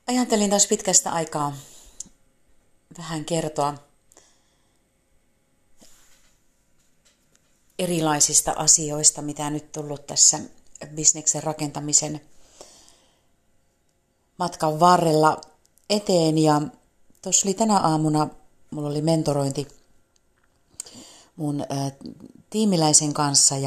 Ajattelin taas pitkästä aikaa vähän kertoa erilaisista asioista, mitä nyt tullut tässä bisneksen rakentamisen matkan varrella eteen. Ja tuossa oli tänä aamuna, mulla oli mentorointi mun tiimiläisen kanssa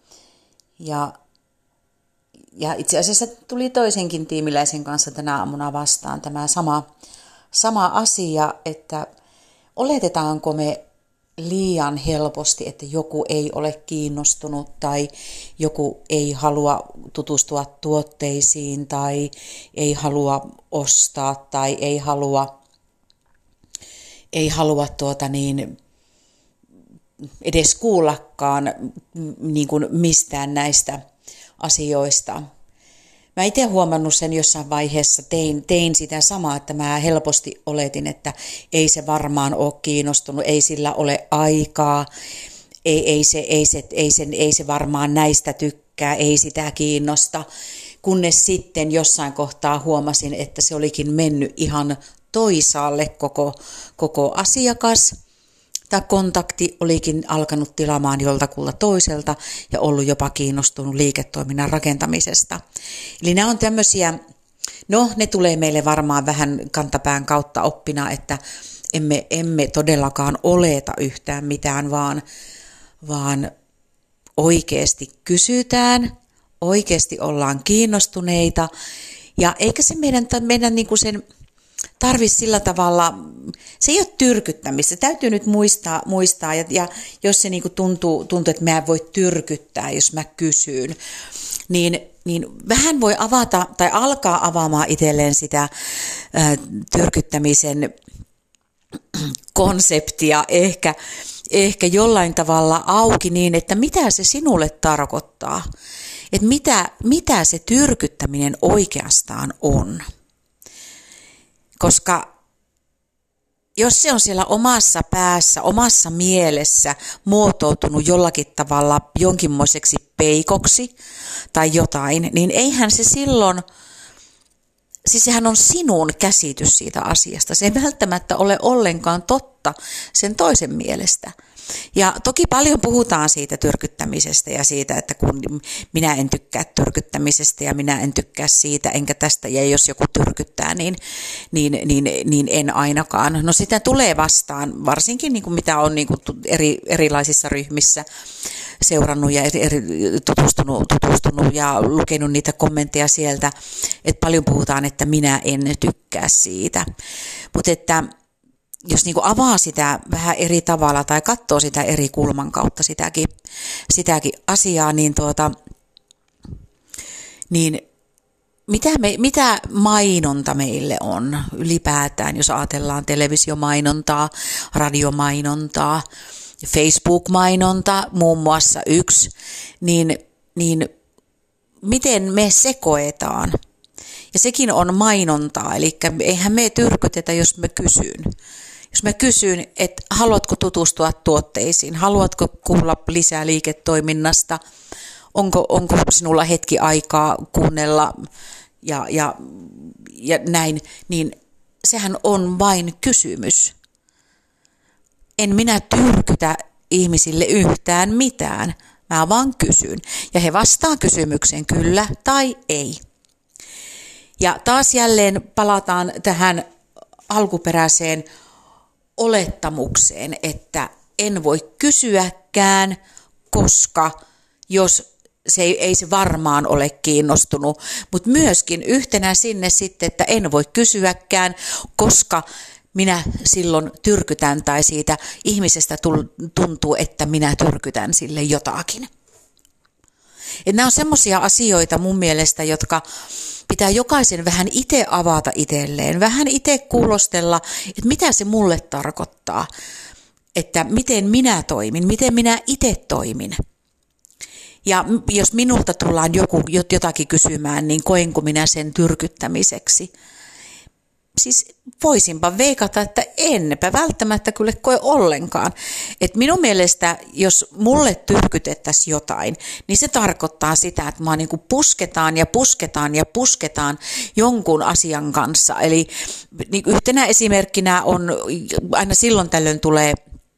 ja itse asiassa tuli toisenkin tiimiläisen kanssa tänä aamuna vastaan tämä sama asia, että oletetaanko me liian helposti, että joku ei ole kiinnostunut tai joku ei halua tutustua tuotteisiin tai ei halua ostaa tai ei halua edes kuullakaan niin kuin mistään näistä asioista. Mä itse huomannut sen jossain vaiheessa, tein sitä samaa, että mä helposti oletin, että ei se varmaan ole kiinnostunut, ei sillä ole aikaa, ei se varmaan näistä tykkää, ei sitä kiinnosta, kunnes sitten jossain kohtaa huomasin, että se olikin mennyt ihan toisaalle koko asiakas. Tämä kontakti olikin alkanut tilaamaan joltakulta toiselta ja ollut jopa kiinnostunut liiketoiminnan rakentamisesta. Eli nämä on tämmöisiä, ne tulee meille varmaan vähän kantapään kautta oppina, että emme todellakaan oleta yhtään mitään, vaan oikeasti kysytään, oikeasti ollaan kiinnostuneita ja eikä se meidän niin kuin sen tarvitse sillä tavalla, se ei ole tyrkyttämistä, se täytyy nyt muistaa ja jos se niinku tuntuu, että mä en voi tyrkyttää, jos mä kysyn, niin vähän voi avata tai alkaa avaamaan itselleen sitä tyrkyttämisen konseptia ehkä jollain tavalla auki niin, että mitä se sinulle tarkoittaa, että mitä se tyrkyttäminen oikeastaan on. Koska jos se on siellä omassa päässä, omassa mielessä muotoutunut jollakin tavalla jonkinmoiseksi peikoksi tai jotain, niin eihän se silloin, siis sehän on sinun käsitys siitä asiasta. Se ei välttämättä ole ollenkaan totta sen toisen mielestä. Ja toki paljon puhutaan siitä tyrkyttämisestä ja siitä, että kun minä en tykkää tyrkyttämisestä ja minä en tykkää siitä enkä tästä ja jos joku tyrkyttää, niin en ainakaan. No sitä tulee vastaan, varsinkin niin kuin mitä on niin kuin erilaisissa ryhmissä seurannut ja tutustunut ja lukenut niitä kommentteja sieltä, että paljon puhutaan, että minä en tykkää siitä. Mutta että jos niin kuin avaa sitä vähän eri tavalla tai katsoo sitä eri kulman kautta sitäkin asiaa, niin mitä mainonta meille on ylipäätään, jos ajatellaan televisiomainontaa, radiomainontaa, Facebook-mainonta muun muassa yksi, niin miten me sekoetaan? Ja sekin on mainontaa, eli eihän me tyrkytetä, jos mä kysyn. Jos mä kysyn, että haluatko tutustua tuotteisiin, haluatko kuulla lisää liiketoiminnasta, onko sinulla hetki aikaa kuunnella ja näin, niin sehän on vain kysymys. En minä tyrkytä ihmisille yhtään mitään, mä vaan kysyn. Ja he vastaa kysymykseen kyllä tai ei. Ja taas jälleen palataan tähän alkuperäiseen olettamukseen, että en voi kysyäkään, koska jos ei se varmaan ole kiinnostunut, mutta myöskin yhtenä sinne sitten, että en voi kysyäkään, koska minä silloin tyrkytän tai siitä ihmisestä tuntuu, että minä tyrkytän sille jotakin. Että nämä on semmoisia asioita mun mielestä, jotka pitää jokaisen vähän itse avata itselleen, vähän itse kuulostella, että mitä se mulle tarkoittaa, että miten minä toimin, miten minä itse toimin. Ja jos minulta tullaan jotakin kysymään, niin koenko minä sen tyrkyttämiseksi. siis voisinpa veikata, että enpä välttämättä kyllä koe ollenkaan. Et minun mielestä, jos mulle tyrkytettäisiin jotain, niin se tarkoittaa sitä, että mä niin kuin pusketaan ja pusketaan ja pusketaan jonkun asian kanssa. Eli niin yhtenä esimerkkinä on, aina silloin tällöin tulee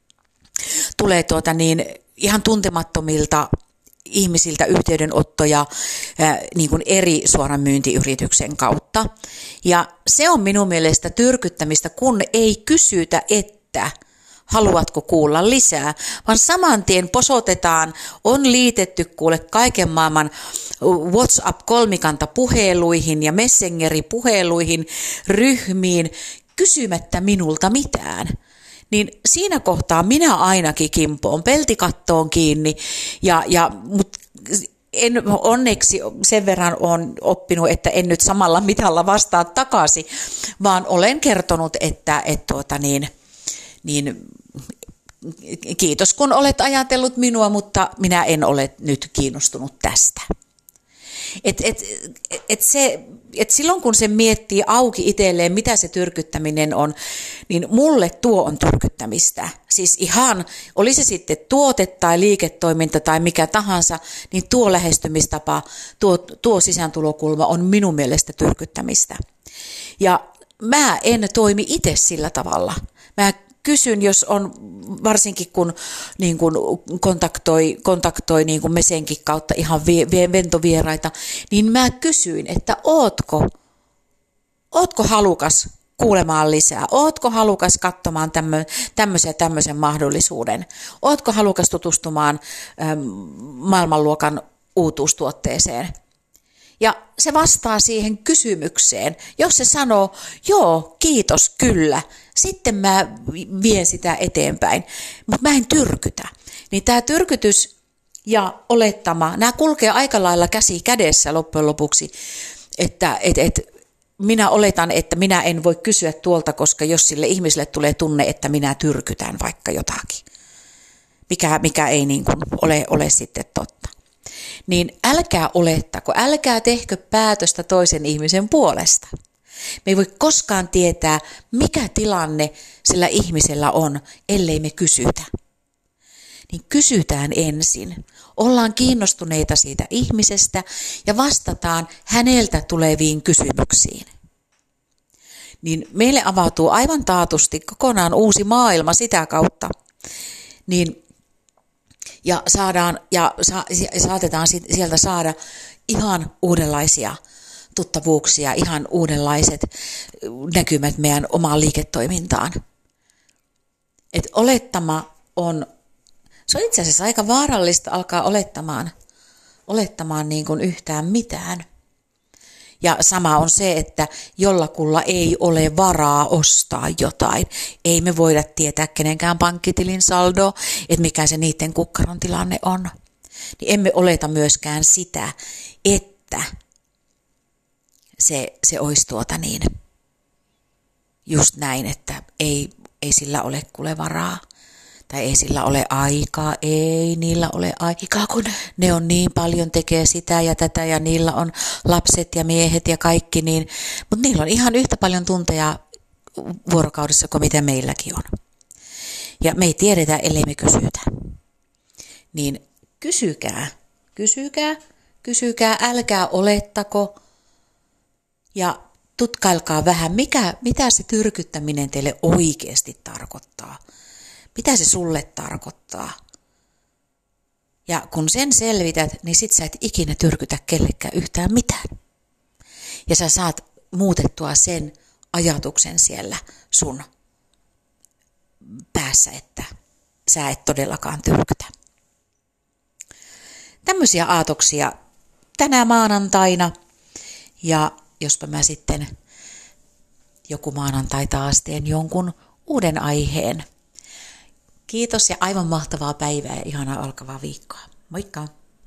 ihan tuntemattomilta ihmisiltä yhteydenottoja niin kuin eri suoramyyntiyrityksen kautta. Ja se on minun mielestä tyrkyttämistä, kun ei kysytä, että haluatko kuulla lisää, vaan saman tien posotetaan, on liitetty kuule kaiken maailman WhatsApp-kolmikantapuheluihin ja Messengeri-puheluihin, ryhmiin, kysymättä minulta mitään. Niin siinä kohtaa minä ainakin kimpoon peltikattoon kiinni, mutta onneksi sen verran olen oppinut, että en nyt samalla mitalla vastaa takaisin, vaan olen kertonut, että kiitos kun olet ajatellut minua, mutta minä en ole nyt kiinnostunut tästä. Silloin kun se miettii auki itselleen, mitä se tyrkyttäminen on, niin mulle tuo on tyrkyttämistä. Siis ihan, oli se sitten tuote tai liiketoiminta tai mikä tahansa, niin tuo lähestymistapa, tuo sisääntulokulma on minun mielestä tyrkyttämistä. Ja mä en toimi itse sillä tavalla. Mä kysyn, jos on, varsinkin kun niin kun kontaktoi niin kun Messenkin kautta ihan ventovieraita, niin mä kysyin, että ootko halukas kuulemaan lisää? Ootko halukas katsomaan tämmöisen mahdollisuuden? Ootko halukas tutustumaan maailmanluokan uutuustuotteeseen? Ja se vastaa siihen kysymykseen. Jos se sanoo, joo, kiitos, kyllä, sitten mä vien sitä eteenpäin, mutta mä en tyrkytä. Niin tämä tyrkytys ja olettama, nämä kulkee aika lailla käsi kädessä loppujen lopuksi, että minä oletan, että minä en voi kysyä tuolta, koska jos sille ihmiselle tulee tunne, että minä tyrkytän vaikka jotakin, mikä ei niin kuin ole sitten totta. Niin älkää olettako, älkää tehkö päätöstä toisen ihmisen puolesta. Me ei voi koskaan tietää, mikä tilanne sillä ihmisellä on, ellei me kysytä. Niin kysytään ensin. Ollaan kiinnostuneita siitä ihmisestä ja vastataan häneltä tuleviin kysymyksiin. Niin meille avautuu aivan taatusti kokonaan uusi maailma sitä kautta. Niin saatetaan sieltä saada ihan uudenlaisia tuttavuuksia, ihan uudenlaiset näkymät meidän omaan liiketoimintaan. Et olettama se on itse asiassa aika vaarallista alkaa olettamaan niin kuin yhtään mitään. Ja sama on se, että jollakulla ei ole varaa ostaa jotain. Ei me voida tietää kenenkään pankkitilin saldo, että mikä se niiden kukkaron tilanne on. Niin emme oleta myöskään sitä, että se olisi just näin, että ei sillä ole kuule varaa. Tai ei sillä ole aikaa, ei niillä ole aikaa, kun ne on niin paljon tekee sitä ja tätä ja niillä on lapset ja miehet ja kaikki, mutta niillä on ihan yhtä paljon tunteja vuorokaudessa kuin mitä meilläkin on. Ja me ei tiedetä, ellei me kysytä. Niin kysykää, älkää olettako ja tutkailkaa vähän, mitä se tyrkyttäminen teille oikeasti tarkoittaa. Mitä se sulle tarkoittaa? Ja kun sen selvität, niin sit sä et ikinä tyrkytä kellekään yhtään mitään. Ja sä saat muutettua sen ajatuksen siellä sun päässä, että sä et todellakaan tyrkytä. Tämmöisiä aatoksia tänä maanantaina. Ja jospa mä sitten joku maanantai taas teen jonkun uuden aiheen. Kiitos ja aivan mahtavaa päivää ja ihanaa alkavaa viikkoa. Moikka!